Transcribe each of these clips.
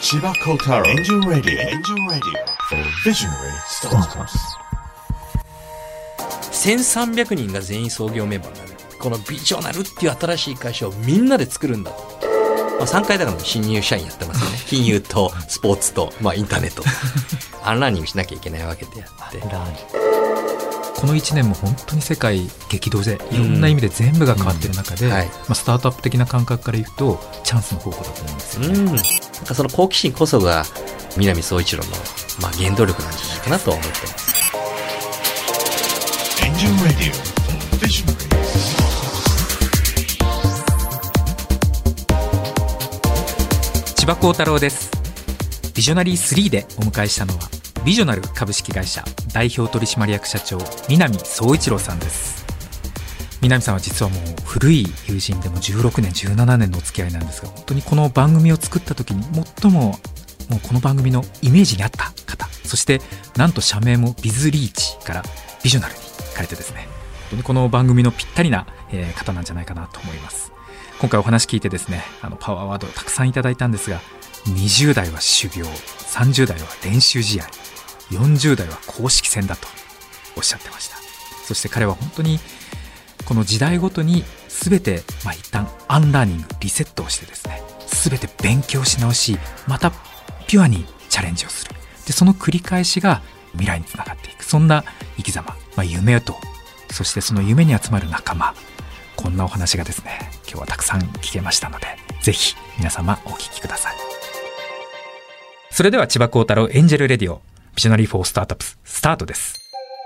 千葉幸太郎エンジェルラディオ Visionary Startups。 1300人が全員創業メンバーになる。このビジョナルっていう新しい会社をみんなで作るんだ。3回だから新入社員やってますよね。金融とスポーツと、インターネットアンラーニングしなきゃいけないわけであって、 この1年も本当に世界激動でいろんな意味で全部が変わっている中で、スタートアップ的な感覚から言うとチャンスの方向だと思うんですよね。 なんかその好奇心こそが南総一郎の、原動力なんじゃないかなと思ってます。 エンジェルラディオ Visionary。 千葉幸太郎です。ビジョナリー3でお迎えしたのはビジョナル株式会社代表取締役社長南総一郎さんです。南さんは実はもう古い友人でも16年17年のお付き合いなんですが、本当にこの番組を作った時に最もこの番組のイメージに合った方、そしてなんと社名もビズリーチからビジョナルに変えてですね、本当にこの番組のぴったりな方なんじゃないかなと思います。今回お話聞いてですね、パワーワードをたくさんいただいたんですが、20代は修行、30代は練習試合、40代は公式戦だとおっしゃってました。そして彼は本当にこの時代ごとに全て一旦アンラーニングリセットをしてですね、全て勉強し直し、またピュアにチャレンジをする。でその繰り返しが未来につながっていく、そんな生き様、夢と、そしてその夢に集まる仲間、こんなお話がですね今日はたくさん聞けましたので、ぜひ皆様お聞きください。それでは千葉幸太郎エンジェルレディオビジョナリーフォースタートアップススタートです。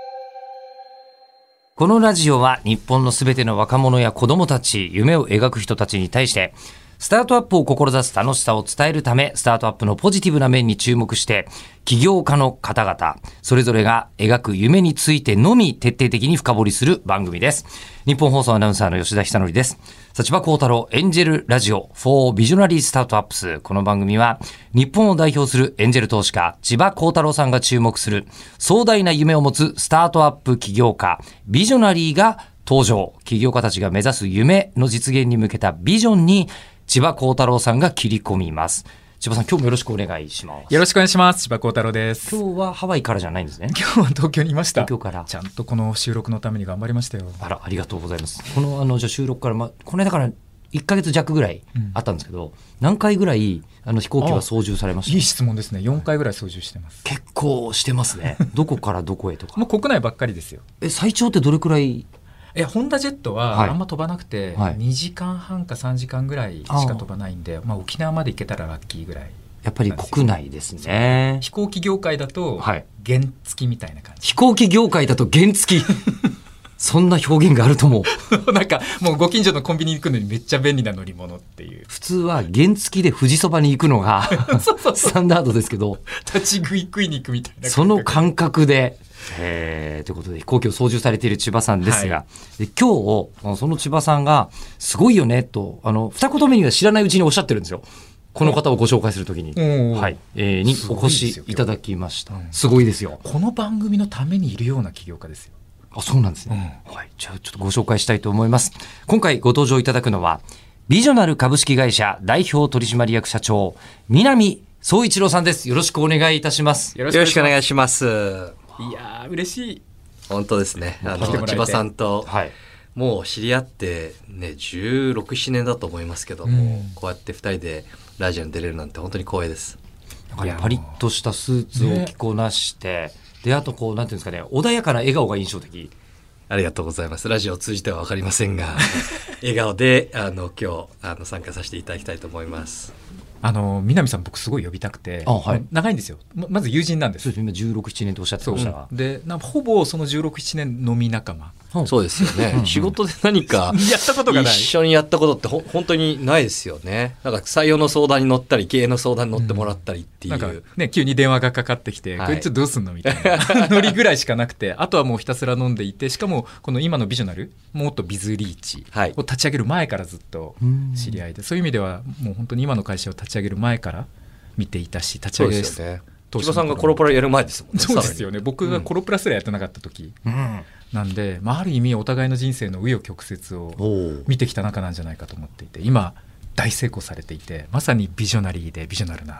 このラジオは日本のすべての若者や子どもたち、夢を描く人たちに対してスタートアップを志す楽しさを伝えるため、スタートアップのポジティブな面に注目して起業家の方々それぞれが描く夢についてのみ徹底的に深掘りする番組です。日本放送アナウンサーの吉田久典です。千葉幸太郎エンジェルラジオ for Visionary Startups。 この番組は日本を代表するエンジェル投資家千葉幸太郎さんが注目する壮大な夢を持つスタートアップ起業家ビジョナリーが登場。起業家たちが目指す夢の実現に向けたビジョンに千葉幸太郎さんが切り込みます。千葉さん、今日もよろしくお願いします。 よろしくお願いします。千葉幸太郎です。 今日はハワイからじゃないんですね。 今日は東京にいました。 東京からちゃんとこの収録のために頑張りましたよ。 ありがとうございます。このじゃ収録から、この間から1ヶ月弱ぐらいあったんですけど、何回ぐらい飛行機は操縦されました？ いい質問ですね。4回ぐらい操縦してます。 結構してますね。どこからどこへとか。 もう国内ばっかりですよ。 最長ってどれくらい？ ホンダジェットはあんま飛ばなくて、2時間半か3時間ぐらいしか飛ばないんで、沖縄まで行けたらラッキーぐらい。 やっぱり国内ですね。 飛行機業界だと原付みたいな感じ。 飛行機業界だと原付そんな表現があるともなんかもうご近所のコンビニに行くのにめっちゃ便利な乗り物っていう。 普通は原付で富士そばに行くのがスタンダードですけど、 立ち食いに行くみたいなその感覚でということで飛行機を操縦されている千葉さんですが、で今日その千葉さんがすごいよねと二言目には知らないうちにおっしゃってるんですよ。この方をご紹介するときに、にお越しいただきました。すごいですよ。 この番組のためにいるような起業家ですよ。 そうなんですね。じゃあちょっとご紹介したいと思います。今回ご登場いただくのはビジョナル株式会社代表取締役社長南総一郎さんです。よろしくお願いいたします。 よろしくお願いします。 いや嬉しい。 本当ですね。千葉さんと、もう知り合ってね16、17年だと思いますけども、こうやって2人でラジオに出れるなんて本当に光栄です。 パリッとしたスーツを着こなして、であとなんていうんですかね、穏やかな笑顔が印象的。 ありがとうございます。ラジオを通じては分かりませんが笑顔で今日参加させていただきたいと思います。 南さん僕すごい呼びたくて、長いんですよ。まず友人なんです。 今16、17年とおっしゃってましたが、 でほぼその16、17年飲み仲間。 そうですよね。仕事で何かやったことがない、 一緒にやったことって本当にないですよね。なんか採用の相談に乗ったり経営の相談に乗ってもらったりっていう、 なんかね、急に電話がかかってきて、これちょっとどうすんのみたいなノリぐらいしかなくて、あとはもうひたすら飲んでいて、しかもこの今のビジョナルもっとビズリーチを立ち上げる前からずっと知り合いで、そういう意味ではもう本当に今の会社を立ち上げる前から見ていたし、立ち上げですよね。千葉さんがコロプラやる前ですもんね。 そうですよね。僕がコロプラすらやってなかった時、なんで、ある意味お互いの人生の紆余曲折を見てきた仲なんじゃないかと思っていて、今大成功されていて、まさにビジョナリーでビジョナルな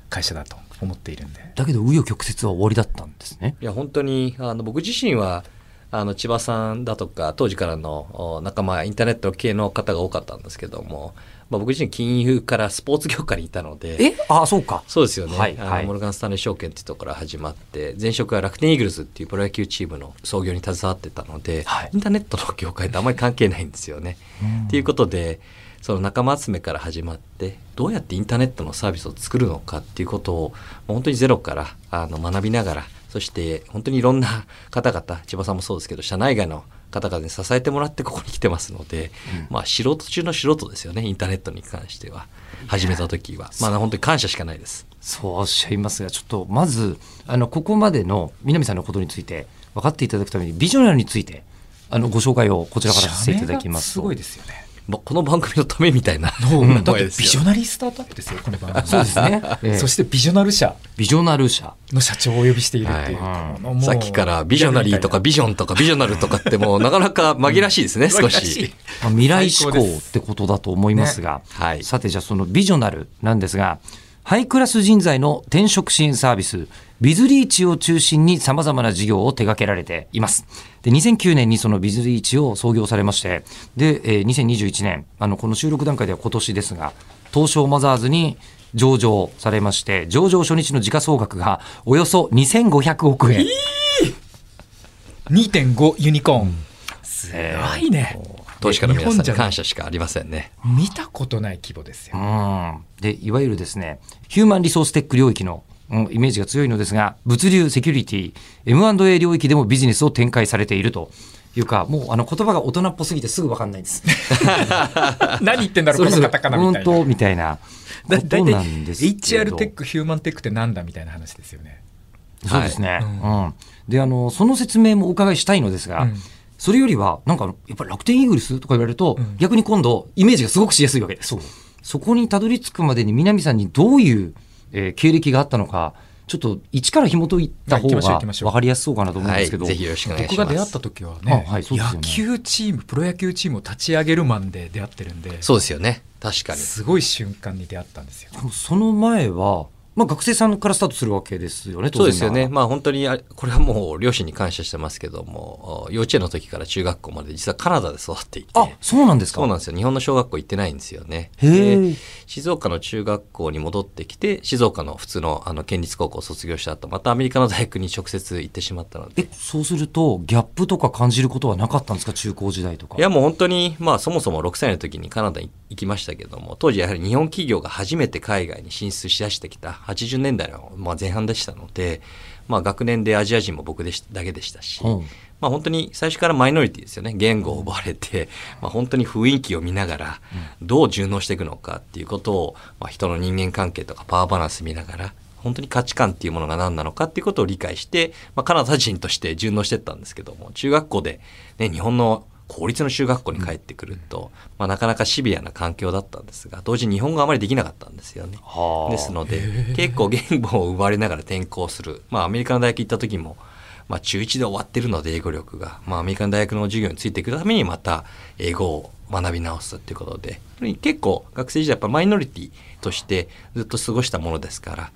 会社だと思っているんで。 だけど紆余曲折は終わりだったんですね。 いや本当に僕自身は千葉さんだとか当時からの仲間インターネット系の方が多かったんですけども、僕自身金融からスポーツ業界にいたので。 そうか。 そうですよね、 はいはい、 モルガンスタンレー証券っていうところから始まって、前職は楽天イーグルスっていうプロ野球チームの創業に携わってたので、インターネットの業界とあまり関係ないんですよね。ということでその仲間集めから始まってどうやってインターネットのサービスを作るのかっていうことを本当にゼロから学びながら、そして本当にいろんな方々、千葉さんもそうですけど社内外の方々に支えてもらってここに来てますので、素人中の素人ですよね、インターネットに関しては。始めた時は本当に感謝しかないです。 そうおっしゃいますが、ちょっとまずここまでの南さんのことについて分かっていただくためにビジョナルについてご紹介をこちらからさせていただきますと。 すごいですよね。 この番組のためみたいなだってビジョナリースタートアップですよこの番組。 そうですね、 そしてビジョナル社の社長をお呼びしているっていう、 さっきからビジョナリーとかビジョンとかビジョナルとかってもうなかなか紛らしいですね、少し未来志向ってことだと思いますが、さてじゃあそのビジョナルなんですが、ハイクラス人材の転職支援サービスビズリーチを中心にさまざまな事業を手掛けられています。で2009年にそのビズリーチを創業されまして、で2021年この収録段階では今年ですが東証マザーズに上場されまして、上場初日の時価総額がおよそ2500億円、 2.5 ユニコーン、すごいね。 投資家の皆さんに感謝しかありませんね。 見たことない規模ですよ。 でいわゆるですねヒューマンリソーステック領域のイメージが強いのですが、物流セキュリティ M&A 領域でもビジネスを展開されているというか、もう言葉が大人っぽすぎてすぐ分かんないです。 何言ってんだろうこのカタカナみたいな。 本当みたいなことなんですけど、 HR テックヒューマンテックってなんだみたいな話ですよね。 そうですね、でその説明もお伺いしたいのですが、それよりはやっぱり楽天イーグルスとか言われると、逆に今度イメージがすごくしやすいわけです。そこにたどり着くまでに南さんにどういう経歴があったのか、ちょっと一から紐解いた方が分かりやすそうかなと思うんですけど、 ぜひよろしくお願いします。 僕が出会った時はね、野球チーム、プロ野球チームを立ち上げるマンで出会ってるんで、 そうですよね、確かにすごい瞬間に出会ったんですよ。 その前は学生さんからスタートするわけですよね。 そうですよね。本当にこれはもう両親に感謝してますけども、幼稚園の時から中学校まで実はカナダで育っていて。 そうなんですか。 そうなんですよ。日本の小学校行ってないんですよね。静岡の中学校に戻ってきて、静岡の普通の県立高校を卒業した後、またアメリカの大学に直接行ってしまったので。 そうするとギャップとか感じることはなかったんですか、中高時代とか。 いやもう本当にそもそも6歳の時にカナダに行きましたけども、当時やはり日本企業が初めて海外に進出しだしてきた80年代の前半でしたので、学年でアジア人も僕だけでしたし、本当に最初からマイノリティですよね。言語を奪われて、本当に雰囲気を見ながらどう順応していくのかっていうことを、人の人間関係とかパワーバランス見ながら、本当に価値観っていうものが何なのかっていうことを理解して、カナダ人として順応していったんですけども、中学校で、日本の公立の中学校に帰ってくると、なかなかシビアな環境だったんですが、同時に日本語あまりできなかったんですよね。ですので結構言語を奪われながら転校する、アメリカの大学行った時も、中1で終わってるので英語力が、アメリカの大学の授業についていくためにまた英語を学び直すっていうことで、結構学生時代やっぱマイノリティとしてずっと過ごしたものですから、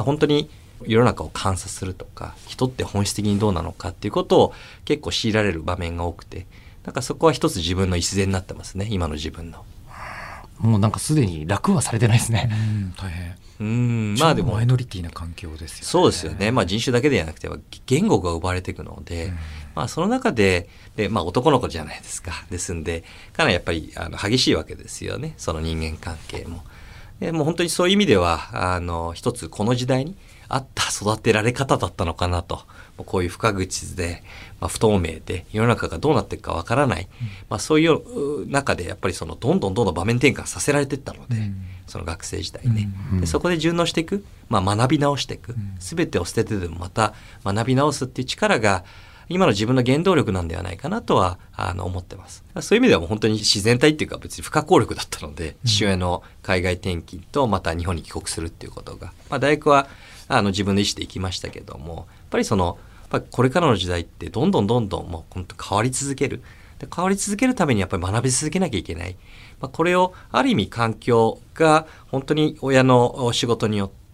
本当に世の中を観察するとか、人って本質的にどうなのかっていうことを結構強いられる場面が多くて、そこは一つ自分の礎になってますね、今の自分の。 もうすでに楽はされてないですね。 大変。 でもマイノリティな環境ですよね。 そうですよね。人種だけではなくて言語が奪われていくので、その中で男の子じゃないですか。ですんでかなりやっぱり激しいわけですよね、その人間関係も。もう本当にそういう意味では一つこの時代に合った育てられ方だったのかなと。こういう不確実で、不透明で世の中がどうなっていくかわからない、そういう中でやっぱりどんどん場面転換させられていったので、その学生時代ね、でそこで順応していく、学び直していく、全てを捨ててでもまた学び直すっていう力が今の自分の原動力なんではないかなとは思ってます。そういう意味ではもう本当に自然体っていうか別に不可抗力だったので、父親の海外転勤とまた日本に帰国するっていうことが、大学は自分の意思で行きましたけども、やっぱりこれからの時代ってどんどんもう本当変わり続ける。で変わり続けるためにやっぱり学び続けなきゃいけない。これをある意味環境が本当に親の仕事によって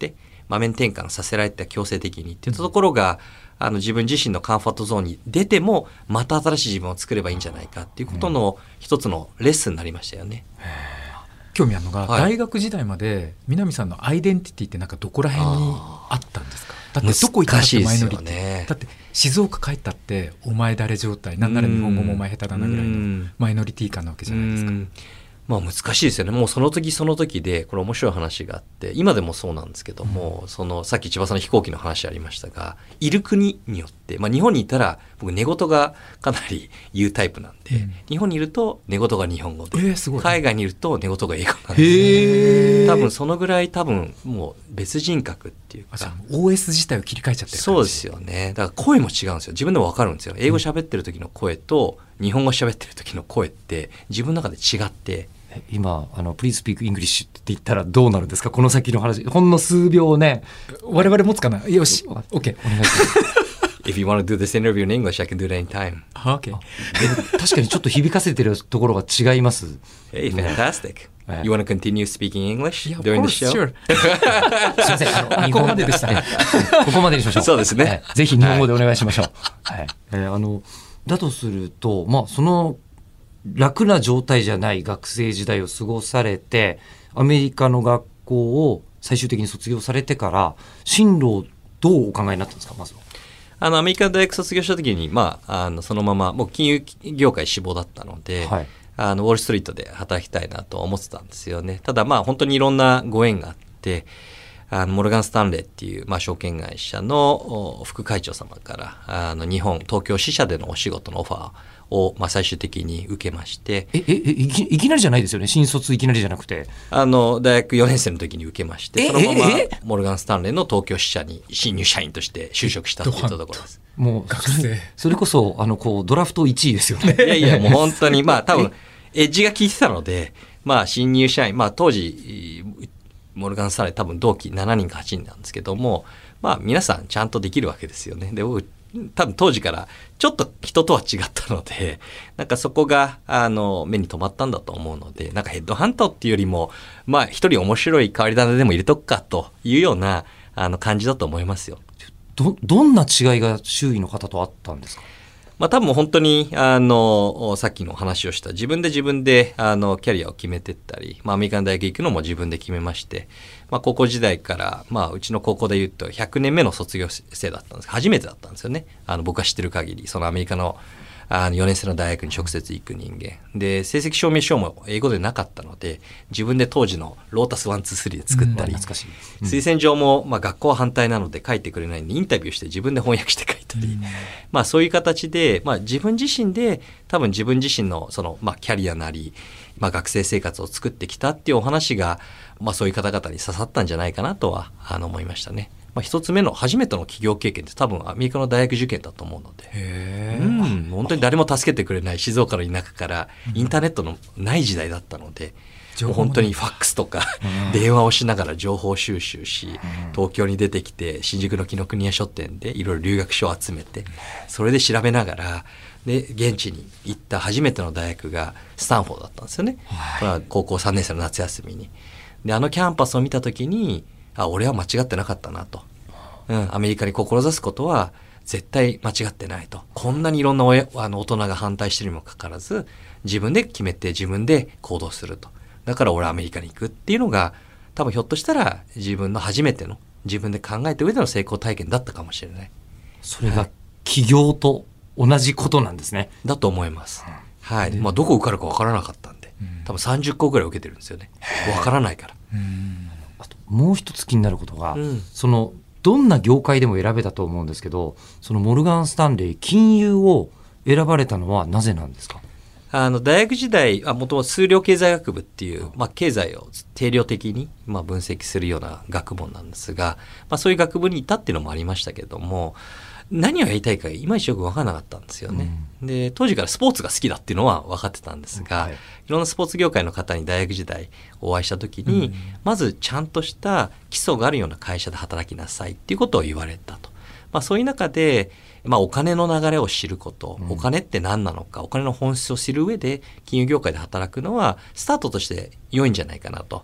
場面転換させられて強制的にっていったところが、自分自身のカンフォートゾーンに出てもまた新しい自分を作ればいいんじゃないかっていうことの一つのレッスンになりましたよね。 興味あるのが、 はい大学時代まで南さんのアイデンティティってなんかどこら辺にあったんですか？だってどこ行ったってマイノリティ、 難しいですよね。 だって静岡帰ったってお前誰状態、なんなら日本語もお前下手だなぐらいのマイノリティ感なわけじゃないですか。 まあ難しいですよね。もうその時その時で、これ面白い話があって、今でもそうなんですけども、さっき千葉さんの飛行機の話ありましたが、いる国によって、日本にいたら僕寝言がかなり言うタイプなんで、日本にいると寝言が日本語で、 すごい。 海外にいると寝言が英語なんです。多分そのぐらいもう別人格っていうか、 OS 自体を切り替えちゃってる感じ。 そうですよね。だから声も違うんですよ。自分でも分かるんですよ。英語喋ってる時の声と日本語喋ってる時の声って自分の中で違って、 今Please speak English って言ったらどうなるんですか？この先の話、ほんの数秒ね。 我々持つかな。よし OK お願いします。 If you want to do this interview in English, I can do it anytime. OK 確かにちょっと響かせてるところが違います。 Hey, fantastic. You want to continue speaking English Yeah, of during the course, show? sure. すいません、 ここまででした。 ここまでにしましょう。 そうですねはいぜひ日本語でお願いしましょう。はいだとすると、その楽な状態じゃない学生時代を過ごされて、アメリカの学校を最終的に卒業されてから進路をどうお考えになったんですか？まずはアメリカの大学卒業した時に、そのままもう金融業界志望だったので、 はいウォールストリートで働きたいなと思ってたんですよね。ただ本当にいろんなご縁があって、モルガン・スタンレーっていう、証券会社の副会長様から東京支社でのお仕事のオファーを、最終的に受けまして、 いきなりじゃないですよね。新卒いきなりじゃなくて、 大学4年生の時に受けまして、そのままモルガン・スタンレーの東京支社に新入社員として就職したっていったところです。 もう学生それこそドラフト1位ですよね。 いやもう本当に多分エッジが効いてたので、新入社員、当時モルガン・スタンレー多分同期7人か8人なんですけども、皆さんちゃんとできるわけですよね。で僕多分当時からちょっと人とは違ったので、そこが目に留まったんだと思うので、ヘッドハンターっていうよりも一人面白い変わり種でも入れとくかというような感じだと思いますよ。 どんな違いが周囲の方とあったんですか？ 多分本当にさっきの話をした自分でキャリアを決めていったり、アメリカの大学行くのも自分で決めまして、高校時代から、うちの高校でいうと100年目の卒業生だったんです。初めてだったんですよね。僕が知ってる限り、そのアメリカの4年生の大学に直接行く人間で、成績証明書も英語でなかったので、自分で当時のロータス123で作ったり、 懐かしい。 推薦状も、学校は反対なので書いてくれないんで、インタビューして自分で翻訳して書いたり、そういう形で、自分自身で多分自分自身のキャリアなり、学生生活を作ってきたっていうお話が、そういう方々に刺さったんじゃないかなとは思いましたね。一つ目の初めての企業経験って多分アメリカの大学受験だと思うので、本当に誰も助けてくれない静岡の田舎からインターネットのない時代だったので、もう本当にファックスとか電話をしながら情報収集し、東京に出てきて新宿の紀ノ国屋書店でいろいろ留学書を集めて、それで調べながらで現地に行った初めての大学がスタンフォードだったんですよね。これは高校3年生の夏休みに。でキャンパスを見た時に俺は間違ってなかったなと、アメリカに志すことは絶対間違ってないと。こんなにいろんな大人が反対してるにもかかわらず自分で決めて自分で行動すると。だから俺はアメリカに行くっていうのが多分ひょっとしたら自分の初めての自分で考えた上での成功体験だったかもしれない。 それが起業と同じことなんですね。 だと思います。はい。どこ受かるか分からなかったんで、多分30校ぐらい受けてるんですよね。分からないから。 あともう一つ気になることが、どんな業界でも選べたと思うんですけど、そのモルガン・スタンレー金融を選ばれたのはなぜなんですか？ 大学時代もともと数量経済学部っていう、経済を定量的に、分析するような学問なんですが、そういう学部にいたっていうのもありましたけども、何をやりたいかいまいちよく分からなかったんですよね。で当時からスポーツが好きだっていうのは分かってたんですが、いろんなスポーツ業界の方に大学時代お会いした時に、まずちゃんとした基礎があるような会社で働きなさいっていうことを言われたと。そういう中でお金の流れを知ること、お金って何なのか、お金の本質を知る上で金融業界で働くのはスタートとして良いんじゃないかなと。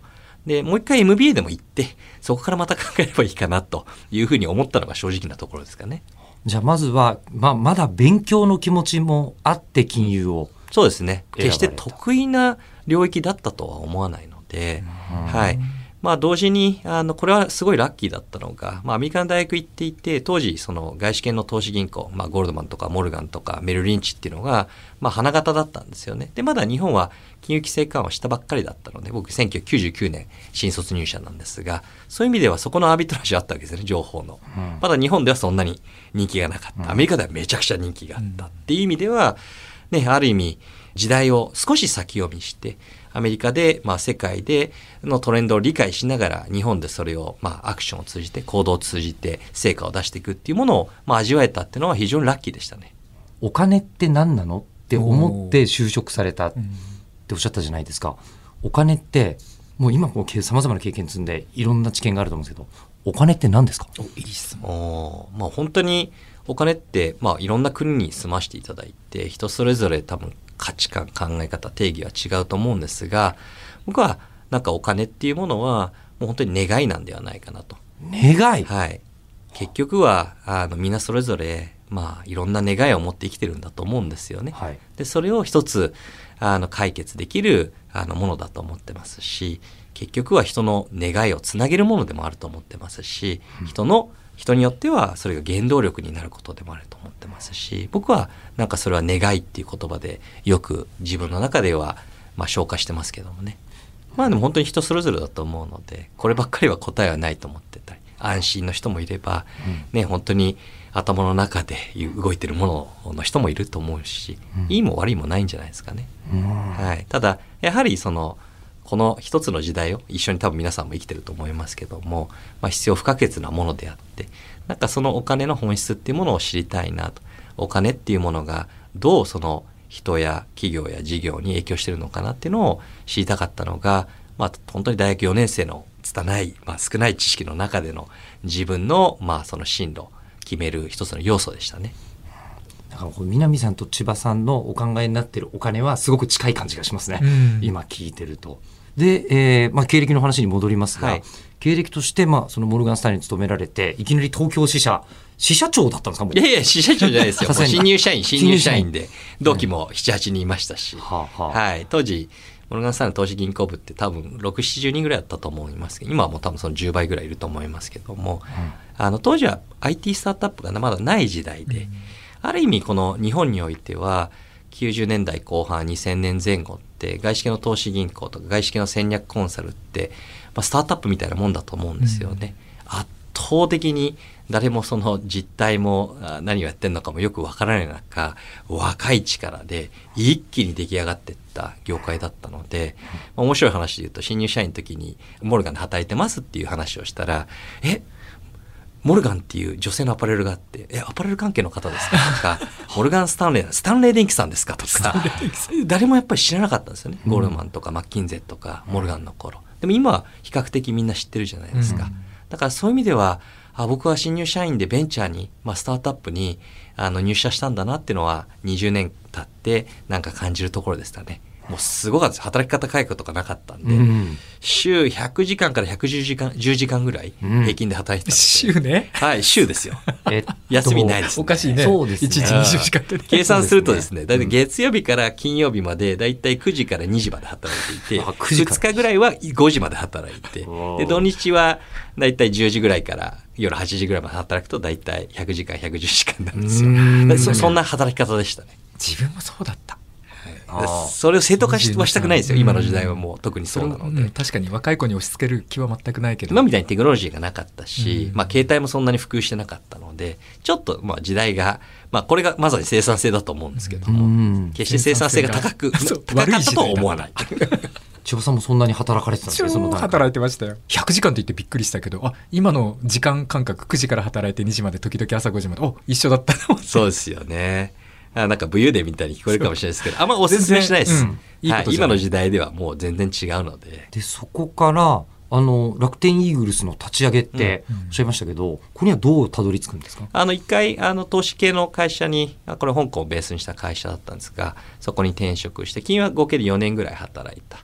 で、もう一回 MBA でも行って、そこからまた考えればいいかなというふうに思ったのが正直なところですかね。 じゃあまずは、まだ勉強の気持ちもあって金融を。 そうですね。 選ばれた決して得意な領域だったとは思わないので、はい。まあ同時に、これはすごいラッキーだったのが、まあアメリカの大学行っていて、当時その外資系の投資銀行、まあゴールドマンとかモルガンとかメルリンチっていうのが、まあ花形だったんですよね。で、まだ日本は金融規制緩和したばっかりだったので、僕1999年新卒入社なんですが、そういう意味ではそこのアービトラージュあったわけですよね、情報の。まだ日本ではそんなに人気がなかった。アメリカではめちゃくちゃ人気があったっていう意味では、ね、ある意味時代を少し先読みして、アメリカで、まあ世界でのトレンドを理解しながら、日本でそれを、まあアクションを通じて、行動を通じて成果を出していくっていうものを、まあ味わえたっていうのは非常にラッキーでしたね。 お金って何なのって思って就職されたっておっしゃったじゃないですか。お金って、もう今もう様々な経験積んでいろんな知見があると思うんですけど、お金って何ですか？ いい質問。 まあ本当にお金って、まあいろんな国に住ましていただいて、人それぞれ多分価値観、考え方、定義は違うと思うんですが、僕はなんかお金っていうものはもう本当に願いなんではないかなと。 願い。 はい。結局はみんなそれぞれまあいろんな願いを持って生きてるんだと思うんですよね。 はい、 でそれを一つ解決できるものだと思ってますし、結局は人の願いをつなげるものでもあると思ってますし、人によってはそれが原動力になることでもあると思ってますし、僕はなんかそれは願いっていう言葉でよく自分の中ではまあ消化してますけどもね。まあでも本当に人それぞれだと思うので、こればっかりは答えはないと思ってたり、安心の人もいれば、ね、本当に頭の中で動いてるものの人もいると思うし、いいも悪いもないんじゃないですかね。はい、ただやはりこの一つの時代を一緒に多分皆さんも生きてると思いますけども、まあ、必要不可欠なものであって、なんかそのお金の本質っていうものを知りたいなと。お金っていうものがどうその人や企業や事業に影響してるのかなっていうのを知りたかったのが、まあ本当に大学4年生の拙い、まあ少ない知識の中での自分のまあその進路を決める一つの要素でしたね。 だから南さんと千葉さんのお考えになってるお金はすごく近い感じがしますね。今聞いてると。で、まあ経歴の話に戻りますが、はい、経歴としてまあそのモルガンスタンレーに勤められて、いきなり東京支社長だったんですか？もういやいや、支社長じゃないですよ。もう新入社員で、同期も7、8人いましたし、はい、当時、モルガンスタンレー投資銀行部って多分6、70人ぐらいだったと思いますけど、今はもう多分その10倍ぐらいいると思いますけども、当時は IT スタートアップがまだない時代で、ある意味この日本においては、90年代後半、2000年前後って、外資系の投資銀行とか外資系の戦略コンサルって、まあ、スタートアップみたいなもんだと思うんですよね。圧倒的に誰もその実態も何をやってんのかもよくわからない中、若い力で一気に出来上がっていった業界だったので、面白い話で言うと、新入社員の時にモルガンで働いてますっていう話をしたら、モルガンっていう女性のアパレルがあって、アパレル関係の方ですかとか、モルガンスタンレー電機さんですかとか、誰もやっぱり知らなかったんですよね。ゴールドマンとかマッキンゼッとかモルガンの頃。でも今は比較的みんな知ってるじゃないですか。だからそういう意味では、僕は新入社員でベンチャーに、スタートアップに入社したんだなっていうのは20年経ってなんか感じるところでしたね。もうすごかったです。働き方改革とかなかったんで、週100時間から110時間ぐらい平均で働いてたんですよ。 週ね。 はい、週ですよ。休みないですね。 おかしいね。 そうですね。 1日20時間ってね。 計算するとですね、だいたい月曜日から金曜日までだいたい9時から2時まで働いていて、2日ぐらいは5時まで働いて、で土日はだいたい10時ぐらいから夜8時ぐらいまで働くとだいたい100時間110時間なんですよ。そんな働き方でしたね。 自分もそうだった。 それを正当化はしたくないですよ。今の時代はもう特にそうなので。 確かに若い子に押し付ける気は全くないけど。 今みたいにテクノロジーがなかったし、携帯もそんなに普及してなかったので、ちょっと時代が、これがまさに生産性だと思うんですけども、決して生産性が高かったとは思わない。 千葉さんもそんなに働かれてたんですね。 超働いてましたよ。100時間って言ってびっくりしたけど、今の時間感覚9時から働いて2時まで、時々朝5時まで、一緒だったの。 そうですよね。なんか武勇伝みたいに聞こえるかもしれないですけど、あんまおすすめしないです。今の時代ではもう全然違うので。 で、そこから楽天イーグルスの立ち上げっておっしゃいましたけど、これにはどうたどり着くんですか？ 一回投資系の会社に、これ香港をベースにした会社だったんですが、そこに転職して、金は合計で4年ぐらい働いた。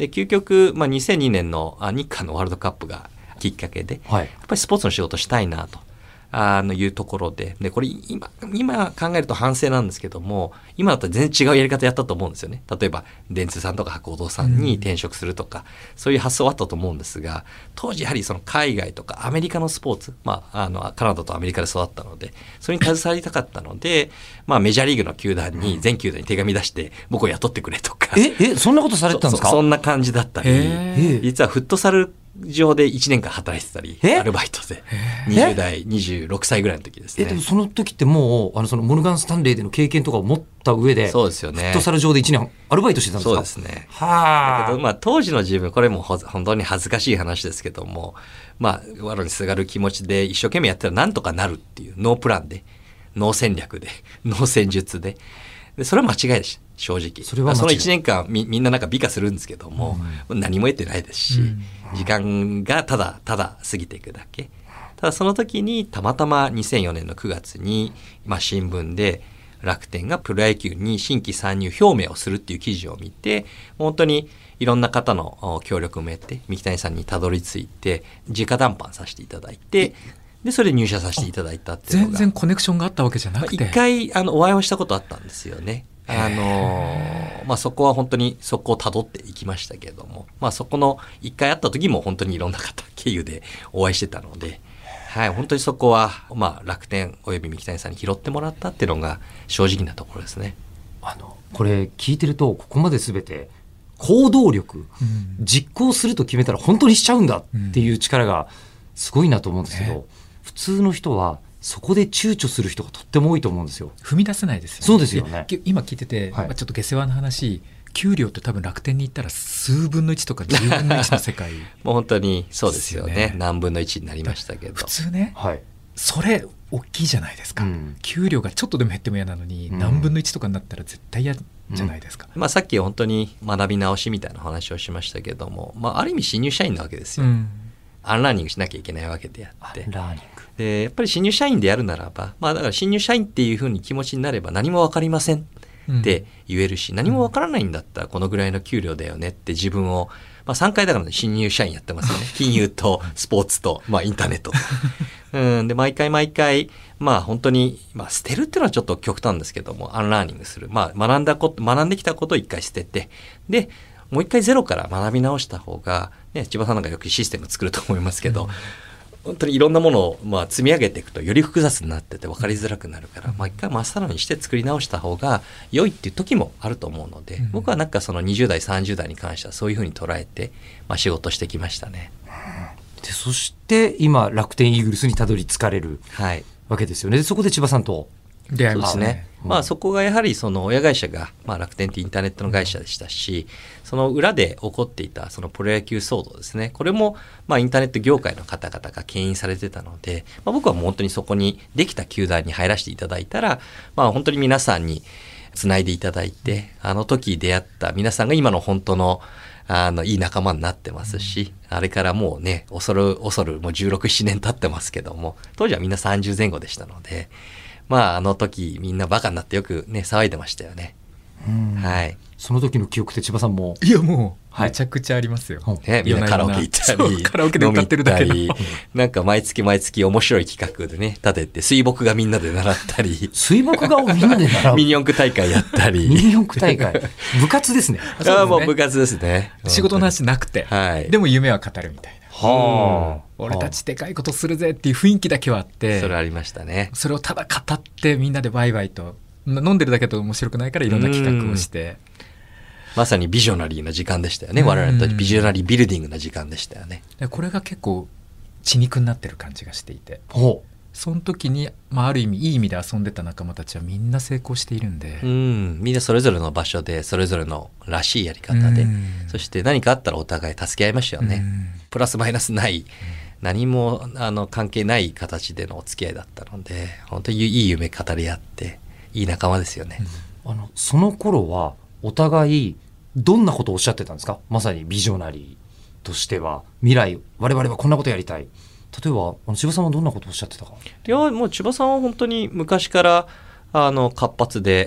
で究極、2002年の日韓のワールドカップがきっかけで、 はい、 やっぱりスポーツの仕事したいなというところで、これ今考えると反省なんですけども、今だったら全然違うやり方やったと思うんですよね。例えば電通さんとか博報堂さんに転職するとか、そういう発想はあったと思うんですが、当時やはりその海外とかアメリカのスポーツ、カナダとアメリカで育ったので、それに携わりたかったので、メジャーリーグの球団に全球団に手紙出して僕を雇ってくれとか、 そんなことされてたんですか？ そんな感じだったり、実はフットサル上で1年間働いてたり、アルバイトで20代26歳ぐらいの時ですね。 でもその時ってもうそのモルガン・スタンレーでの経験とかを持った上で、 そうですよね、 フットサル上で1年アルバイトしてたんですか？ そうですね。 はだけど当時の自分、これも本当に恥ずかしい話ですけども、藁にすがる気持ちで一生懸命やったらなんとかなるっていうノープランで、ノー戦略で、ノー戦術で、それは間違いです、正直。その1年間みんななんか美化するんですけども、何も得てないですし、時間がただただ過ぎていくだけ。ただその時にたまたま2004年の9月に、新聞で楽天がプロ野球に新規参入表明をするっていう記事を見て、本当にいろんな方の協力を得て三木谷さんにたどり着いて直談判させていただいて、でそれで入社させていただいたっていうのが、 全然コネクションがあったわけじゃなくて、 一回お会いをしたことあったんですよね。そこは本当にそこをたどっていきましたけれども、そこの一回会った時も本当にいろんな方経由でお会いしてたので、本当にそこは、楽天および三木谷さんに拾ってもらったっていうのが正直なところですね。 これ聞いてると、ここまで全て行動力、実行すると決めたら本当にしちゃうんだっていう力がすごいなと思うんですけど、普通の人はそこで躊躇する人がとっても多いと思うんですよ。 踏み出せないですよね。 そうですよね。 今聞いてて、ちょっと下世話の話、給料って多分楽天に行ったら数分の1とか10分の1の世界もう本当にそうですよね。何分の1になりましたけど、 普通ね、それ大きいじゃないですか、給料がちょっとでも減っても嫌なのに、何分の1とかになったら絶対嫌じゃないですか、 さっき本当に学び直しみたいな話をしましたけども、ある意味新入社員なわけですよ、アンラーニングしなきゃいけないわけであって、でやっぱり新入社員でやるならば、だから新入社員っていう風に気持ちになれば何も分かりませんって言えるし、何も分からないんだったらこのぐらいの給料だよねって自分を、3回だから新入社員やってますよね。金融とスポーツと、インターネットで毎回本当に、捨てるっていうのはちょっと極端ですけども、アンラーニングする、学んできたことを一回捨てて、でもう一回ゼロから学び直した方が、千葉さんなんかよくシステム作ると思いますけど、本当にいろんなものを積み上げていくとより複雑になってて分かりづらくなるから、一回真っさらにして作り直した方が良いっていう時もあると思うので、僕はなんかその20代30代に関してはそういうふうに捉えて、仕事してきましたね。 でそして今楽天イーグルスにたどり着かれるわけですよね。でそこで千葉さんと出会いますね。 そこがやはりその親会社が、楽天ってインターネットの会社でしたし、その裏で起こっていたそのプロ野球騒動ですね、これもインターネット業界の方々が牽引されてたので、僕はもう本当にそこにできた球団に入らせていただいたら、本当に皆さんにつないでいただいて、あの時出会った皆さんが今の本当のいい仲間になってますし、あれからもうね恐るもう16、17年経ってますけども、当時はみんな30前後でしたので、あの時みんなバカになってよくね騒いでましたよね。 その時の記憶って千葉さんも？ いやもうめちゃくちゃありますよ、 みんなカラオケ行ったり、 カラオケで歌ってるだけのなんか毎月面白い企画でね立てて、水墨画みんなで習ったり水墨画をみんなで習うミニ四駆大会やったりミニ四駆大会部活ですね。 もう部活ですね。 仕事の話なくて、でも夢は語るみたいな、俺たちでかいことするぜっていう雰囲気だけはあって、 それありましたね。 それをただ語ってみんなでワイワイと、飲んでるだけだと面白くないからいろんな企画をして、 まさにビジョナリーな時間でしたよね。我々とビジョナリービルディングな時間でしたよね。 これが結構血肉になってる感じがしていて、その時に、ある意味いい意味で遊んでた仲間たちはみんな成功しているんで、 みんなそれぞれの場所でそれぞれのらしいやり方で、そして何かあったらお互い助け合いましたよね。プラスマイナスない、何も関係ない形でのお付き合いだったので、本当にいい夢語り合っていい仲間ですよね。 その頃はお互いどんなことをおっしゃってたんですか？まさにビジョナリーとしては未来我々はこんなことやりたい。例えば千葉さんはどんなことをおっしゃってたか？ いやもう千葉さんは本当に昔から活発で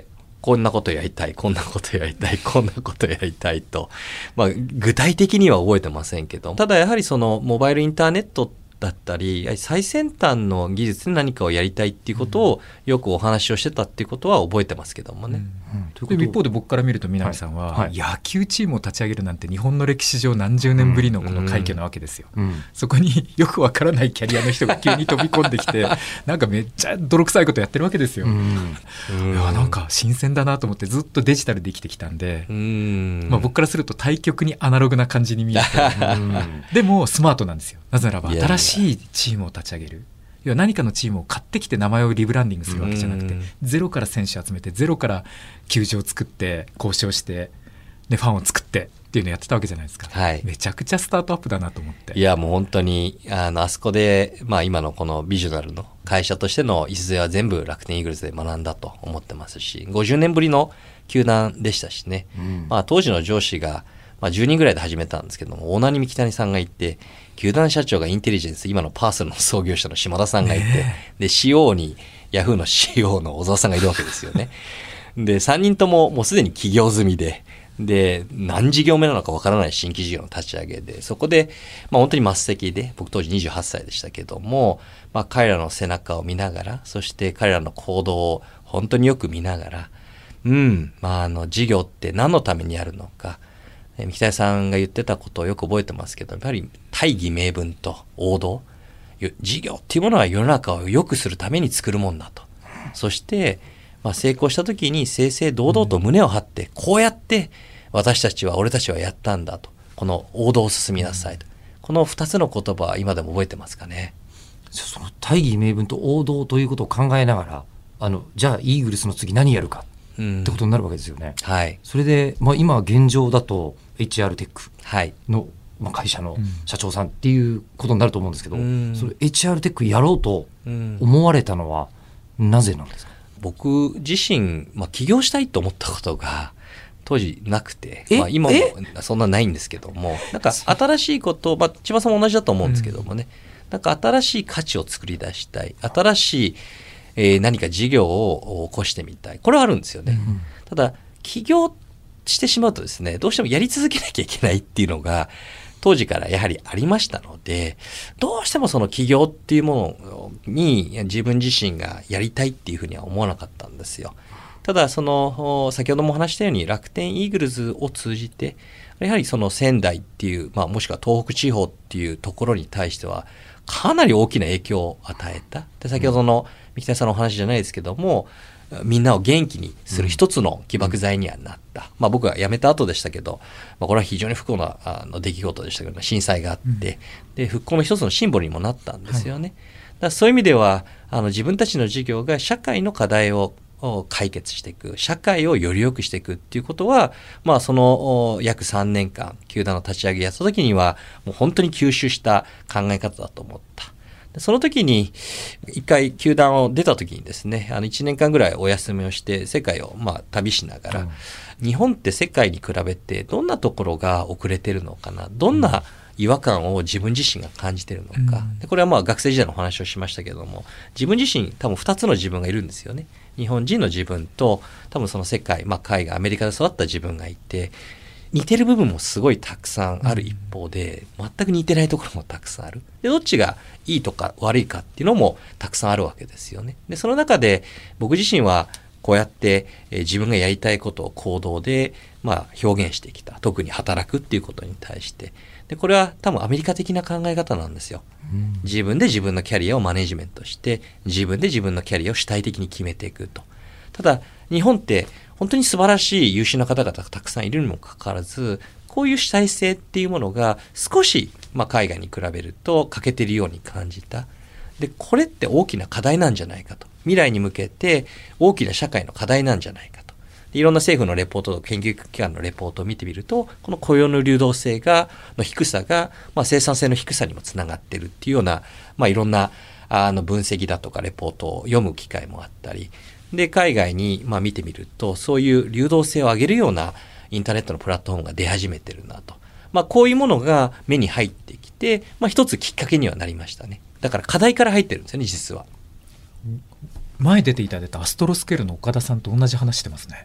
こんなことやりたい、こんなことやりたい、こんなことやりたいと、具体的には覚えてませんけど、ただやはりそのモバイルインターネットだったり最先端の技術で何かをやりたいっていうことをよくお話をしてたっていうことは覚えてますけどもね。 で一方で僕から見ると南さんは、 はい野球チームを立ち上げるなんて日本の歴史上何十年ぶりのこの快挙なわけですよ、そこによくわからないキャリアの人が急に飛び込んできてなんかめっちゃ泥臭いことやってるわけですよ、いやなんか新鮮だなと思ってずっとデジタルで生きてきたんで、僕からすると対極にアナログな感じに見えてでもスマートなんですよ。なぜならば新しいチームを立ち上げる、要は何かのチームを買ってきて名前をリブランディングするわけじゃなくて、ゼロから選手を集めてゼロから球場を作って交渉してでファンを作ってっていうのをやってたわけじゃないですか、 はい、 めちゃくちゃスタートアップだなと思って。 いやもう本当にあそこで、今のこのビジョナルの会社としての礎は全部楽天イーグルスで学んだと思ってますし、50年ぶりの球団でしたしね、当時の上司が10人ぐらいで始めたんですけども、オーナーに三木谷さんがいて、球団社長がインテリジェンス、今のパーソルの創業者の島田さんがいて、で CO にヤフーの CO の小沢さんがいるわけですよね。で3人とももうすでに起業済みで何事業目なのかわからない新規事業の立ち上げで、そこで、本当に末席で、僕当時28歳でしたけども、彼らの背中を見ながら、そして彼らの行動を本当によく見ながら、事業って何のためにやるのか、三木谷さんが言ってたことをよく覚えてますけど、やっぱり大義名分と王道、事業っていうものは世の中を良くするために作るもんだと。そして、成功した時に正々堂々と胸を張って、こうやって俺たちはやったんだと。この王道を進みなさいと。この2つの言葉は今でも覚えてますかね。 その大義名分と王道ということを考えながら、じゃあイーグルスの次何やるかってことになるわけですよね。 はい。 それで、今現状だと HR テックの、 はい、 会社の社長さんっていうことになると思うんですけど、その HR テックやろうと思われたのはなぜなんですか？ 僕自身、起業したいと思ったことが当時なくて、今もそんなないんですけども、なんか新しいことを、千葉さんも同じだと思うんですけどもね、なんか新しい価値を作り出したい、新しい、何か事業を起こしてみたい、これはあるんですよね。ただ起業してしまうとですね、どうしてもやり続けなきゃいけないっていうのが当時からやはりありましたので、どうしてもその起業っていうものに自分自身がやりたいっていうふうには思わなかったんですよ。ただ先ほどもお話したように楽天イーグルスを通じてやはりその仙台っていう、もしくは東北地方っていうところに対してはかなり大きな影響を与えた。で先ほどの三木谷さんのお話じゃないですけども、みんなを元気にする一つの起爆剤にはなった。僕は辞めた後でしたけど、これは非常に不幸な出来事でしたけど、震災があって、で復興の一つのシンボルにもなったんですよね。だからそういう意味では自分たちの事業が社会の課題を解決していく、社会をより良くしていくっていうことは、その約3年間球団の立ち上げやった時にはもう本当に吸収した考え方だと思った。その時に一回球団を出た時にですね、1年間ぐらいお休みをして世界を旅しながら、日本って世界に比べてどんなところが遅れてるのかな、どんな違和感を自分自身が感じているのか、でこれは学生時代のお話をしましたけども、自分自身多分2つの自分がいるんですよね。日本人の自分と多分その世界、海外アメリカで育った自分がいて、似てる部分もすごいたくさんある一方で、全く似てないところもたくさんある。でどっちがいいとか悪いかっていうのもたくさんあるわけですよね。でその中で僕自身はこうやって、自分がやりたいことを行動で、表現してきた。特に働くっていうことに対して。でこれは多分アメリカ的な考え方なんですよ。自分で自分のキャリアをマネジメントして、自分で自分のキャリアを主体的に決めていくと。ただ日本って本当に素晴らしい優秀な方々がたくさんいるにもかかわらず、こういう主体性っていうものが少し、海外に比べると欠けているように感じた。でこれって大きな課題なんじゃないかと。未来に向けて大きな社会の課題なんじゃないかと。いろんな政府のレポートと研究機関のレポートを見てみると、この雇用の流動性の低さが、生産性の低さにもつながっているっていうような、いろんな分析だとかレポートを読む機会もあったり、で海外に見てみると、そういう流動性を上げるようなインターネットのプラットフォームが出始めてるなと。こういうものが目に入ってきて、一つきっかけにはなりましたね。だから課題から入ってるんですよね、実は。 前出ていただいたアストロスケールの岡田さんと同じ話してますね。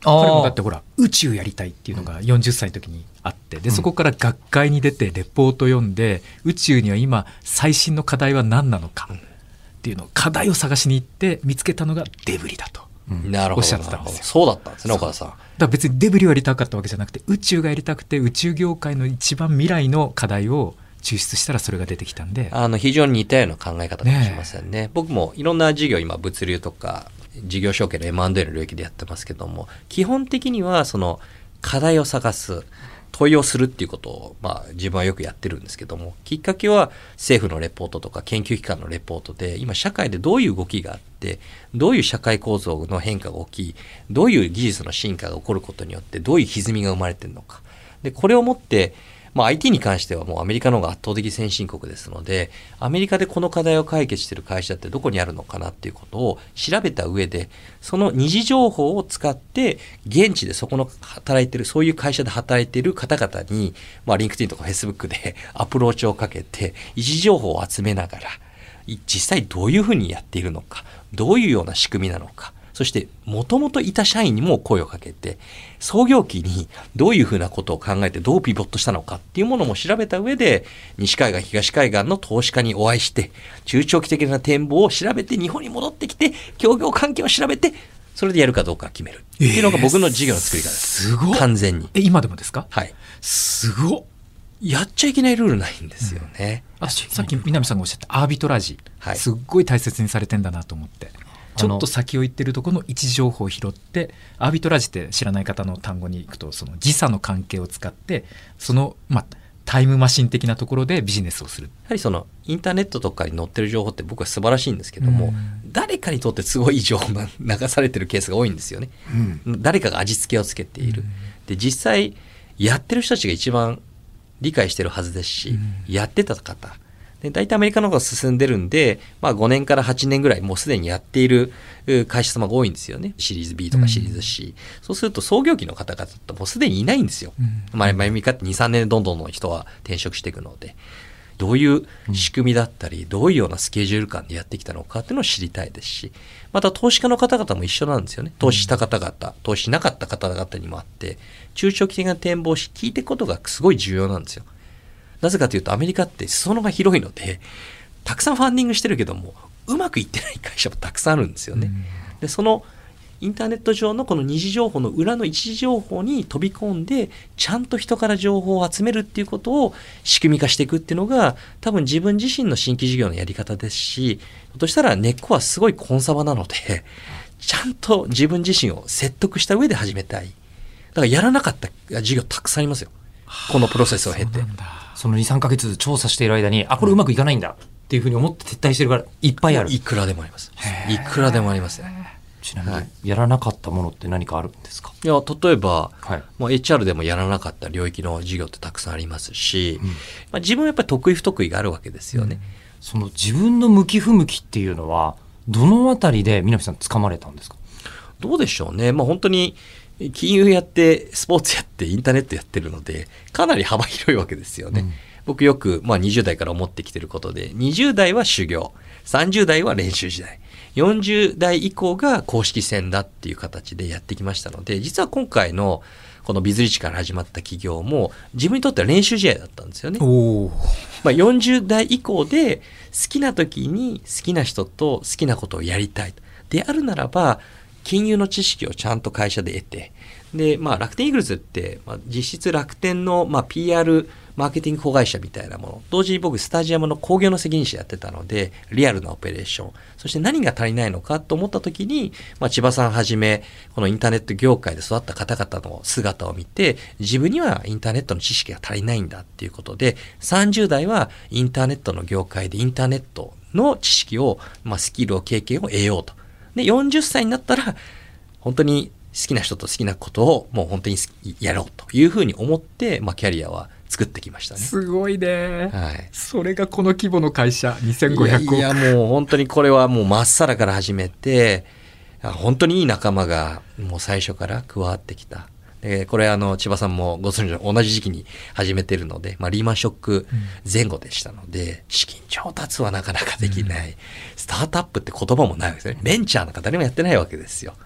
彼もだってほら宇宙やりたいっていうのが40歳の時にあって、でそこから学会に出てレポート読んで、宇宙には今最新の課題は何なのかっていうのを課題を探しに行って見つけたのがデブリだとなるほど。 おっしゃってたんですよ。 そうだったんですね、岡田さん。 だから別にデブリをやりたかったわけじゃなくて、宇宙がやりたくて宇宙業界の一番未来の課題を抽出したらそれが出てきたんで、 非常に似たような考え方かもしれませんね。僕もいろんな事業、今物流とか事業承継の M&A の領域でやってますけども、基本的にはその課題を探す、問いをするっていうことを、自分はよくやってるんですけども、きっかけは政府のレポートとか研究機関のレポートで、今社会でどういう動きがあって、どういう社会構造の変化が起き、どういう技術の進化が起こることによってどういう歪みが生まれてるのか。で、これをもってIT に関してはもうアメリカの方が圧倒的先進国ですので、アメリカでこの課題を解決している会社ってどこにあるのかなっていうことを調べた上で、その二次情報を使って現地でそこの働いている、そういう会社で働いている方々に、リンクティンとかフェイスブックでアプローチをかけて位置情報を集めながら、実際どういうふうにやっているのか、どういうような仕組みなのか、そしてもともといた社員にも声をかけて、創業期にどういうふうなことを考えてどうピボットしたのかっていうものも調べた上で、西海岸東海岸の投資家にお会いして、中長期的な展望を調べて、日本に戻ってきて協業関係を調べて、それでやるかどうか決めるっていうのが僕の事業の作り方です。 すごい。 完全に。 今でもですか？ はい。 すごっ。 やっちゃいけないルールないんですよね。 さっき南さんがおっしゃったアービトラージ、すっごい大切にされてんだなと思って、ちょっと先を行ってるところの位置情報を拾って、アービトラージって知らない方の単語に行くと、その時差の関係を使って、その、タイムマシン的なところでビジネスをする。 やはりそのインターネットとかに載ってる情報って僕は素晴らしいんですけども、誰かにとってすごいいい情報が流されてるケースが多いんですよね。誰かが味付けをつけている。で、実際やってる人たちが一番理解してるはずですし、やってた方で、大体アメリカの方が進んでるんで、5年から8年ぐらいもうすでにやっている会社様が多いんですよね。シリーズ B とかシリーズ C、そうすると創業期の方々ってもうすでにいないんですよ。前見かって 2,3 年でどんどんの人は転職していくので、どういう仕組みだったり、どういうようなスケジュール感でやってきたのかっていうのを知りたいですし、また投資家の方々も一緒なんですよね。投資した方々、投資しなかった方々にもあって、中長期的な展望し聞いていくことがすごい重要なんですよ。なぜかというと、アメリカって裾野が広いので、たくさんファンディングしてるけどもうまくいってない会社もたくさんあるんですよね。で、そのインターネット上のこの二次情報の裏の一次情報に飛び込んで、ちゃんと人から情報を集めるっていうことを仕組み化していくっていうのが、多分自分自身の新規事業のやり方ですし、ひょっとしたら根っこはすごいコンサバなので、ちゃんと自分自身を説得した上で始めたい。だからやらなかった事業たくさんありますよ。このプロセスを経て。 その 2,3 ヶ月調査している間に、これうまくいかないんだっていうふうに思って撤退してるからいっぱいある。 いくらでもあります。いくらでもありますね。 ちなみに、やらなかったものって何かあるんですか？ いや、例えば、HR でもやらなかった領域の事業ってたくさんありますし、自分はやっぱり得意不得意があるわけですよね。 その自分の向き不向きっていうのは、どのあたりで南さん掴まれたんですか？ どうでしょうね。本当に金融やってスポーツやってインターネットやってるので、かなり幅広いわけですよね。僕よく20代から思ってきてることで、20代は修行、30代は練習時代、40代以降が公式戦だっていう形でやってきましたので、実は今回のこのビズリッチから始まった企業も自分にとっては練習試合だったんですよね。40代以降で好きな時に好きな人と好きなことをやりたいであるならば、金融の知識をちゃんと会社で得て、で、楽天イーグルスって、実質楽天の、PR マーケティング子会社みたいなもの、同時に僕スタジアムの興行の責任者やってたので、リアルなオペレーション、そして何が足りないのかと思った時に、千葉さんはじめこのインターネット業界で育った方々の姿を見て、自分にはインターネットの知識が足りないんだっていうことで、30代はインターネットの業界でインターネットの知識を、スキルを経験を得ようと。で、40歳になったら本当に好きな人と好きなことをもう本当にやろうというふうに思って、キャリアは作ってきましたね。 すごいね。それがこの規模の会社、2500億。 いやもう本当にこれはもうまっさらから始めて、本当にいい仲間がもう最初から加わってきた。これ千葉さんもご存知の同じ時期に始めてるので、リーマンショック前後でしたので、資金調達はなかなかできない。スタートアップって言葉もないわけですね。ベンチャーなんか誰もやってないわけですよ。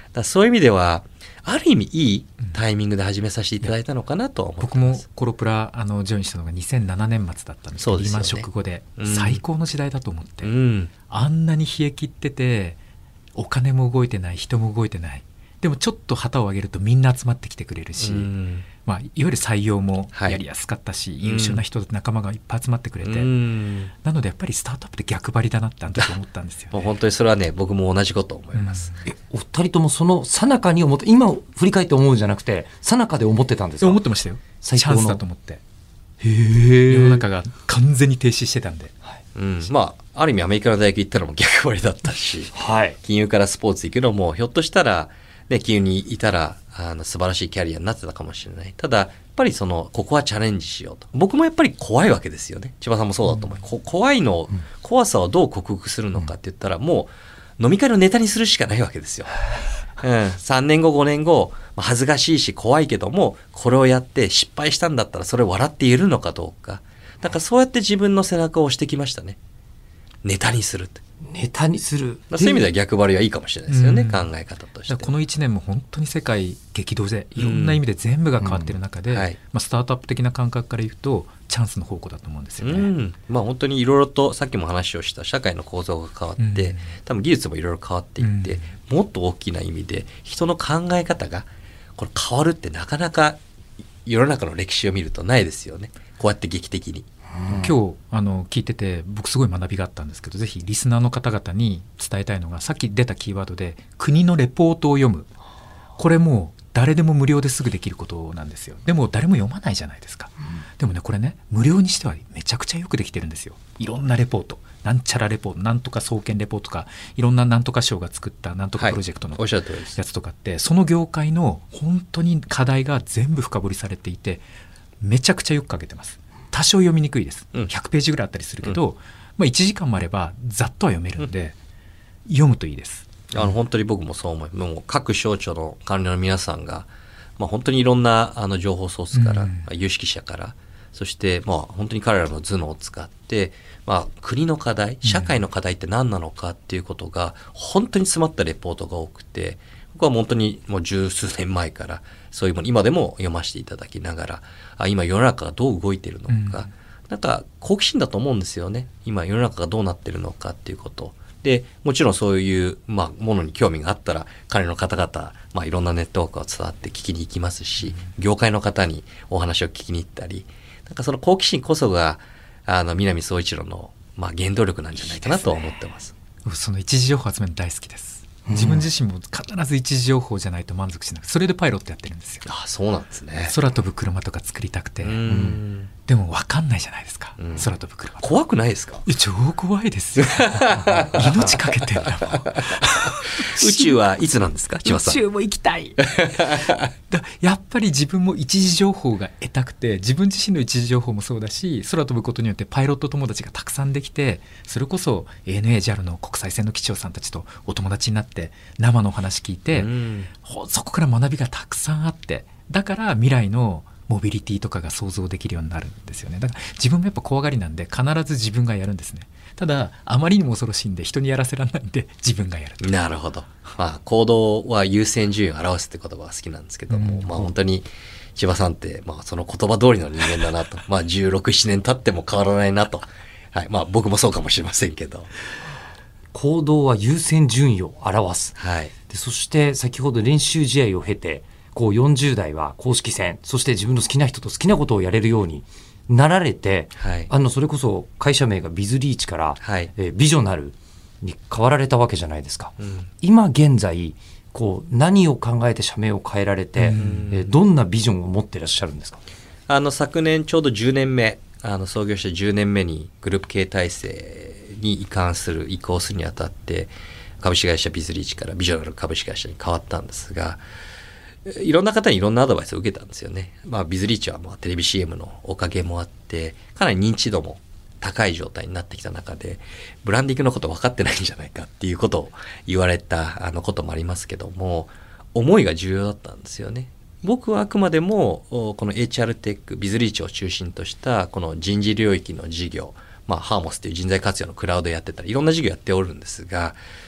らそういう意味ではある意味いいタイミングで始めさせていただいたのかなとは思って僕もます。 コロプラジョインしたのが2007年末だったんですけど、 そうですよねリーマンショック後でうん最高の時代だと思って、 うんあんなに冷え切っててお金も動いてない、人も動いてない、でもちょっと旗を上げるとみんな集まってきてくれるし、 うんいわゆる採用もはいやりやすかったし、優秀な人仲間がいっぱい集まってくれて、 うんなのでやっぱりスタートアップって逆張りだなってあの時思ったんですよね。 もう本当にそれはね僕も同じこと思います。 お二人ともその最中に思って、今振り返って思うんじゃなくて最中で思ってたんですか？ 思ってましたよ。チ最高のャンスだと思ってへ世の中が完全に停止してたんで、 うんまあある意味アメリカの大学行ったのも逆張りだったしはい。 金融からスポーツ行くのもひょっとしたら、ね、金融にいたら素晴らしいキャリアになってたかもしれない。ただやっぱりここはチャレンジしようと。僕もやっぱり怖いわけですよね。千葉さんもそうだと思う。怖いの、怖さをどう克服するのかって言ったらもう飲み会のネタにするしかないわけですよ。3年後5年後恥ずかしいし怖いけどもこれをやって失敗したんだったらそれを笑って言えるのかどうか。だからそうやって自分の背中を押してきましたね。ネタにするって。 ネタにする。 そういう意味では逆張りはいいかもしれないですよね、 うん考え方として。 だからこの1年も本当に世界激動でいろんな意味で全部が変わってる中で、 はいスタートアップ的な感覚から言うとチャンスの宝庫だと思うんですよね。 うんまあ、本当にいろいろとさっきも話をした社会の構造が変わって、 うん多分技術もいろいろ変わっていって、もっと大きな意味で人の考え方がこれ変わるってなかなか世の中の歴史を見るとないですよね。こうやって劇的に。 今日聞いてて僕すごい学びがあったんですけど、ぜひリスナーの方々に伝えたいのがさっき出たキーワードで国のレポートを読む。これもう誰でも無料ですぐできることなんですよ。でも誰も読まないじゃないですか、でもねこれね無料にしてはめちゃくちゃよくできてるんですよ。いろんなレポート、なんちゃらレポート、なんとか総研レポートとかいろんななんとか賞が作ったなんとかプロジェクトのおっしゃる通りです。 やつとかって、その業界の本当に課題が全部深掘りされていてめちゃくちゃよく書けてます。多少読みにくいです、 うん 100ページぐらいあったりするけど、1時間もあればざっとは読めるんで、読むといいです。 本当に僕もそう思い、もう各省庁の官僚の皆さんが、本当にいろんな情報ソースから、有識者から、そして本当に彼らの頭脳を使って、国の課題、社会の課題って何なのかっていうことが本当に詰まったレポートが多くて、僕は本当にもう十数年前からそういうもの今でも読ませていただきながら、今世の中がどう動いているのか、なんか好奇心だと思うんですよね。今世の中がどうなっているのかっていうことで、もちろんそういう、ものに興味があったら彼の方々、いろんなネットワークを伝わって聞きに行きますし、業界の方にお話を聞きに行ったり、なんかその好奇心こそが南総一郎の、原動力なんじゃないかなとは思ってます。 その一時情報集めるの大好きです。自分自身も必ず一時情報じゃないと満足しなくて、それでパイロットやってるんですよ。 そうなんですね。 空飛ぶ車とか作りたくて、 うんでも分かんないじゃないですか、空飛ぶ車。 怖くないですか？ いや超怖いですよ命かけてんだもん宇宙はいつなんですか、千葉さん？ 宇宙も行きたいやっぱり自分も一時情報が得たくて、自分自身の一時情報もそうだし、空飛ぶことによってパイロット友達がたくさんできて、それこそ ANA JAL の国際線の機長さんたちとお友達になって生の話聞いて、そこから学びがたくさんあって、だから未来のモビリティとかが想像できるようになるんですよね。だから自分もやっぱ怖がりなんで必ず自分がやるんですね。ただあまりにも恐ろしいんで人にやらせられないんで自分がやる。 なるほど。行動は優先順位を表すって言葉が好きなんですけども、本当に千葉さんって、その言葉通りの人間だなと16、7年経っても変わらないなと、はい、僕もそうかもしれませんけど、 行動は優先順位を表す、 はい、 でそして先ほど練習試合を経て40代は公式戦、そして自分の好きな人と好きなことをやれるようになられて、 はい、 それこそ会社名がビズリーチから、 はいビジョナルに変わられたわけじゃないですか、今現在何を考えて社名を変えられて、どんなビジョンを持っていらっしゃるんですか？ 昨年ちょうど10年目創業して10年目にグループ経営体制に移行するにあたって株式会社ビズリーチからビジョナル株式会社に変わったんですが、いろんな方にいろんなアドバイスを受けたんですよね。ビズリーチはテレビ CM のおかげもあってかなり認知度も高い状態になってきた中で、ブランディングのこと分かってないんじゃないかっていうことを言われたこともありますけども、思いが重要だったんですよね。僕はあくまでもこの HR テックビズリーチを中心としたこの人事領域の事業、ハーモスという人材活用のクラウドやってたりいろんな事業やっておるんですが、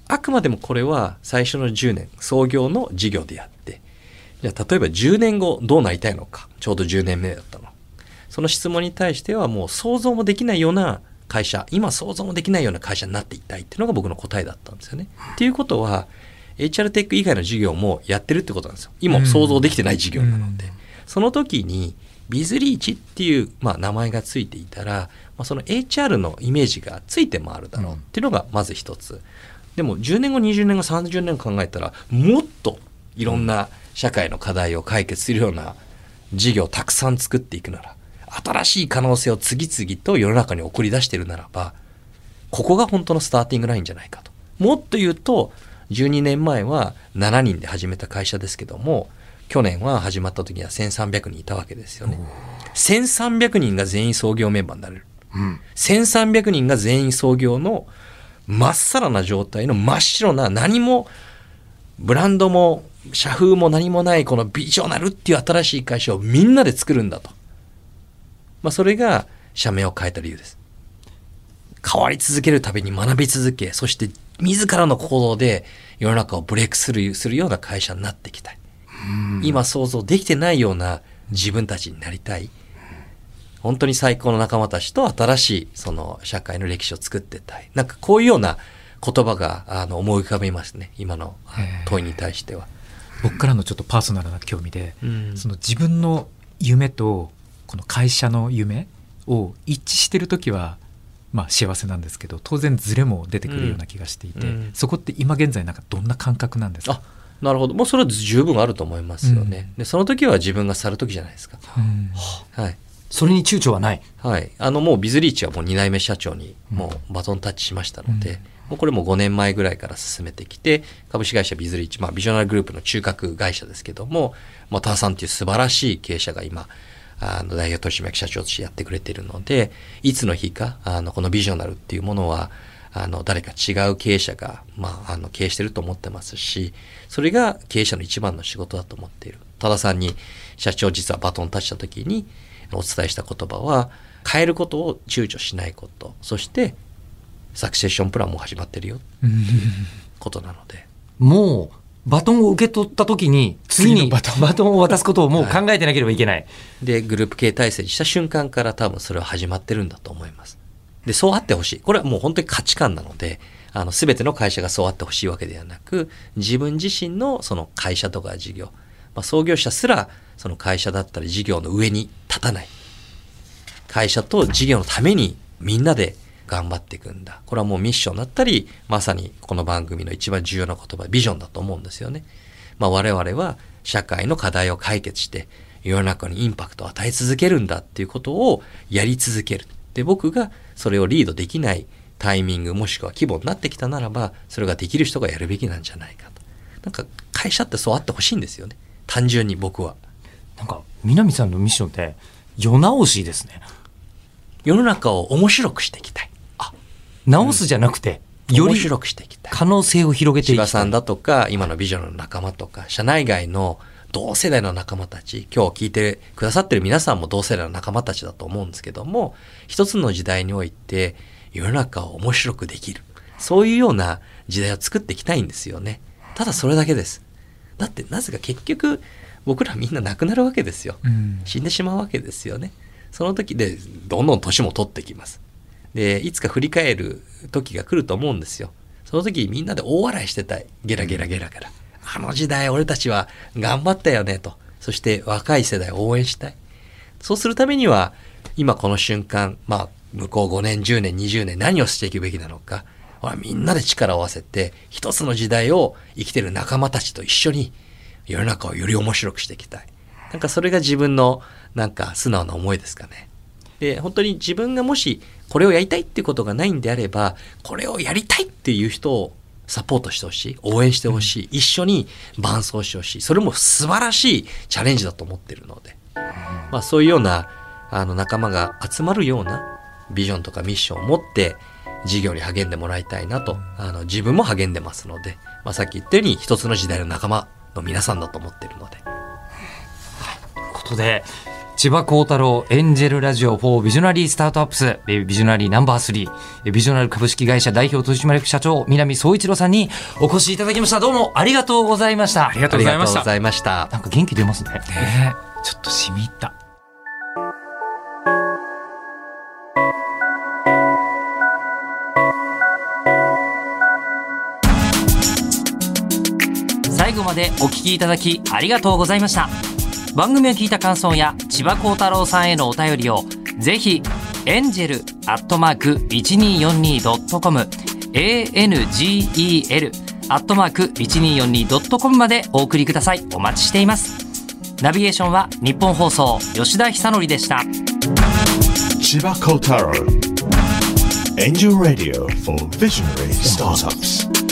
あくまでもこれは最初の10年創業の事業であって、じゃあ例えば10年後どうなりたいのか、ちょうど10年目だったの。その質問に対してはもう想像もできないような会社、今想像もできないような会社になっていきたいっていうのが僕の答えだったんですよね。っていうことは HR テック以外の事業もやってるってことなんですよ。今想像できてない事業なので、その時にビズリーチっていう、名前がついていたら、その HR のイメージがついて回るだろうっていうのがまず一つ。でも10年後20年後30年後考えたらもっといろんな社会の課題を解決するような事業をたくさん作っていくなら、新しい可能性を次々と世の中に送り出しているならば、ここが本当のスターティングラインじゃないかと。もっと言うと12年前は7人で始めた会社ですけども、去年は始まった時には1300人いたわけですよね。1300人が全員創業メンバーになれる、1300人が全員創業のまっさらな状態の真っ白な、何もブランドも社風も何もないこのビジョナルっていう新しい会社をみんなで作るんだと。それが社名を変えた理由です。変わり続けるたびに学び続け、そして自らの行動で世の中をブレイクするような会社になっていきたい。今想像できてないような自分たちになりたい。本当に最高の仲間たちと新しいその社会の歴史を作っていたい。なんかこういうような言葉が思い浮かびますね、今の問いに対しては。 僕からのちょっとパーソナルな興味で、その自分の夢とこの会社の夢を一致してるときは幸せなんですけど、当然ズレも出てくるような気がしていて、そこって今現在なんかどんな感覚なんですか？ なるほど。もうそれは十分あると思いますよね。でその時は自分が去る時じゃないですか。はい。 それに躊躇はない。 はい。もうビズリーチはもう2代目社長にもうバトンタッチしましたので、もうこれも5年前ぐらいから進めてきて、株式会社ビズリーチ、ビジョナルグループの中核会社ですけども、多田さんという素晴らしい経営者が今、代表取締役社長としてやってくれているので、いつの日か、このビジョナルっていうものは、誰か違う経営者が、経営してると思ってますし、それが経営者の一番の仕事だと思っている。多田さんに社長実はバトンタッチした時にお伝えした言葉は、変えることを躊躇しないこと、そしてサクセッションプランも始まってるよことなので、 もうバトンを受け取った時に次にバトンを渡すことをもう考えてなければいけない、 でグループ経営体制にした瞬間から多分それは始まってるんだと思います。でそうあってほしい。これはもう本当に価値観なので、全ての会社がそうあってほしいわけではなく、自分自身のその会社とか事業、創業者すらその会社だったり事業の上に立たない、会社と事業のためにみんなで頑張っていくんだ。これはもうミッションだったり、まさにこの番組の一番重要な言葉、ビジョンだと思うんですよね。我々は社会の課題を解決して世の中にインパクトを与え続けるんだっていうことをやり続ける。で僕がそれをリードできないタイミングもしくは規模になってきたならば、それができる人がやるべきなんじゃないかと。なんか会社ってそうあってほしいんですよね、単純に僕は。 なんか南さんのミッションって世直しですね。 世の中を面白くしていきたい。 直すじゃなくて、より面白くしていきたい。 可能性を広げていきたい。 千葉さんだとか今のビジョンの仲間とか社内外の同世代の仲間たち、今日聞いてくださってる皆さんも同世代の仲間たちだと思うんですけども、一つの時代において世の中を面白くできる、そういうような時代を作っていきたいんですよね。ただそれだけです。だってなぜか結局僕らみんな亡くなるわけですよ、死んでしまうわけですよね。その時でどんどん年も取ってきます。でいつか振り返る時が来ると思うんですよ。その時みんなで大笑いしてたい。ゲラゲラゲラゲラ、あの時代俺たちは頑張ったよねと。そして若い世代を応援したい。そうするためには今この瞬間、向こう5年10年20年何をしていくべきなのか、みんなで力を合わせて一つの時代を生きてる仲間たちと一緒に世の中をより面白くしていきたい。なんかそれが自分のなんか素直な思いですかね。で本当に自分がもしこれをやりたいっていうことがないんであれば、これをやりたいっていう人をサポートしてほしい、応援してほしい、一緒に伴走してほしい。それも素晴らしいチャレンジだと思っているので、そういうような仲間が集まるようなビジョンとかミッションを持って事業に励んでもらいたいなと、自分も励んでますので、さっき言ったように一つの時代の仲間の皆さんだと思っているので。 ということで千葉幸太郎エンジェルラジオ4ビジョナリースタートアップスビジョナリーナンバー3ビジョナル株式会社代表取締役社長南総一郎さんにお越しいただきました。どうもありがとうございました。 ありがとうございました。 ありがとうございました。 なんか元気出ますね。 ねえ、ちょっと染み入った。 最後までお聞きいただきありがとうございました。番組を聞いた感想や千葉幸太郎さんへのお便りをぜひangel@1242.com angel@1242.com までお送りください。お待ちしています。ナビゲーションは日本放送吉田久典でした。 千葉幸太郎 Angel Radio for Visionary Startups.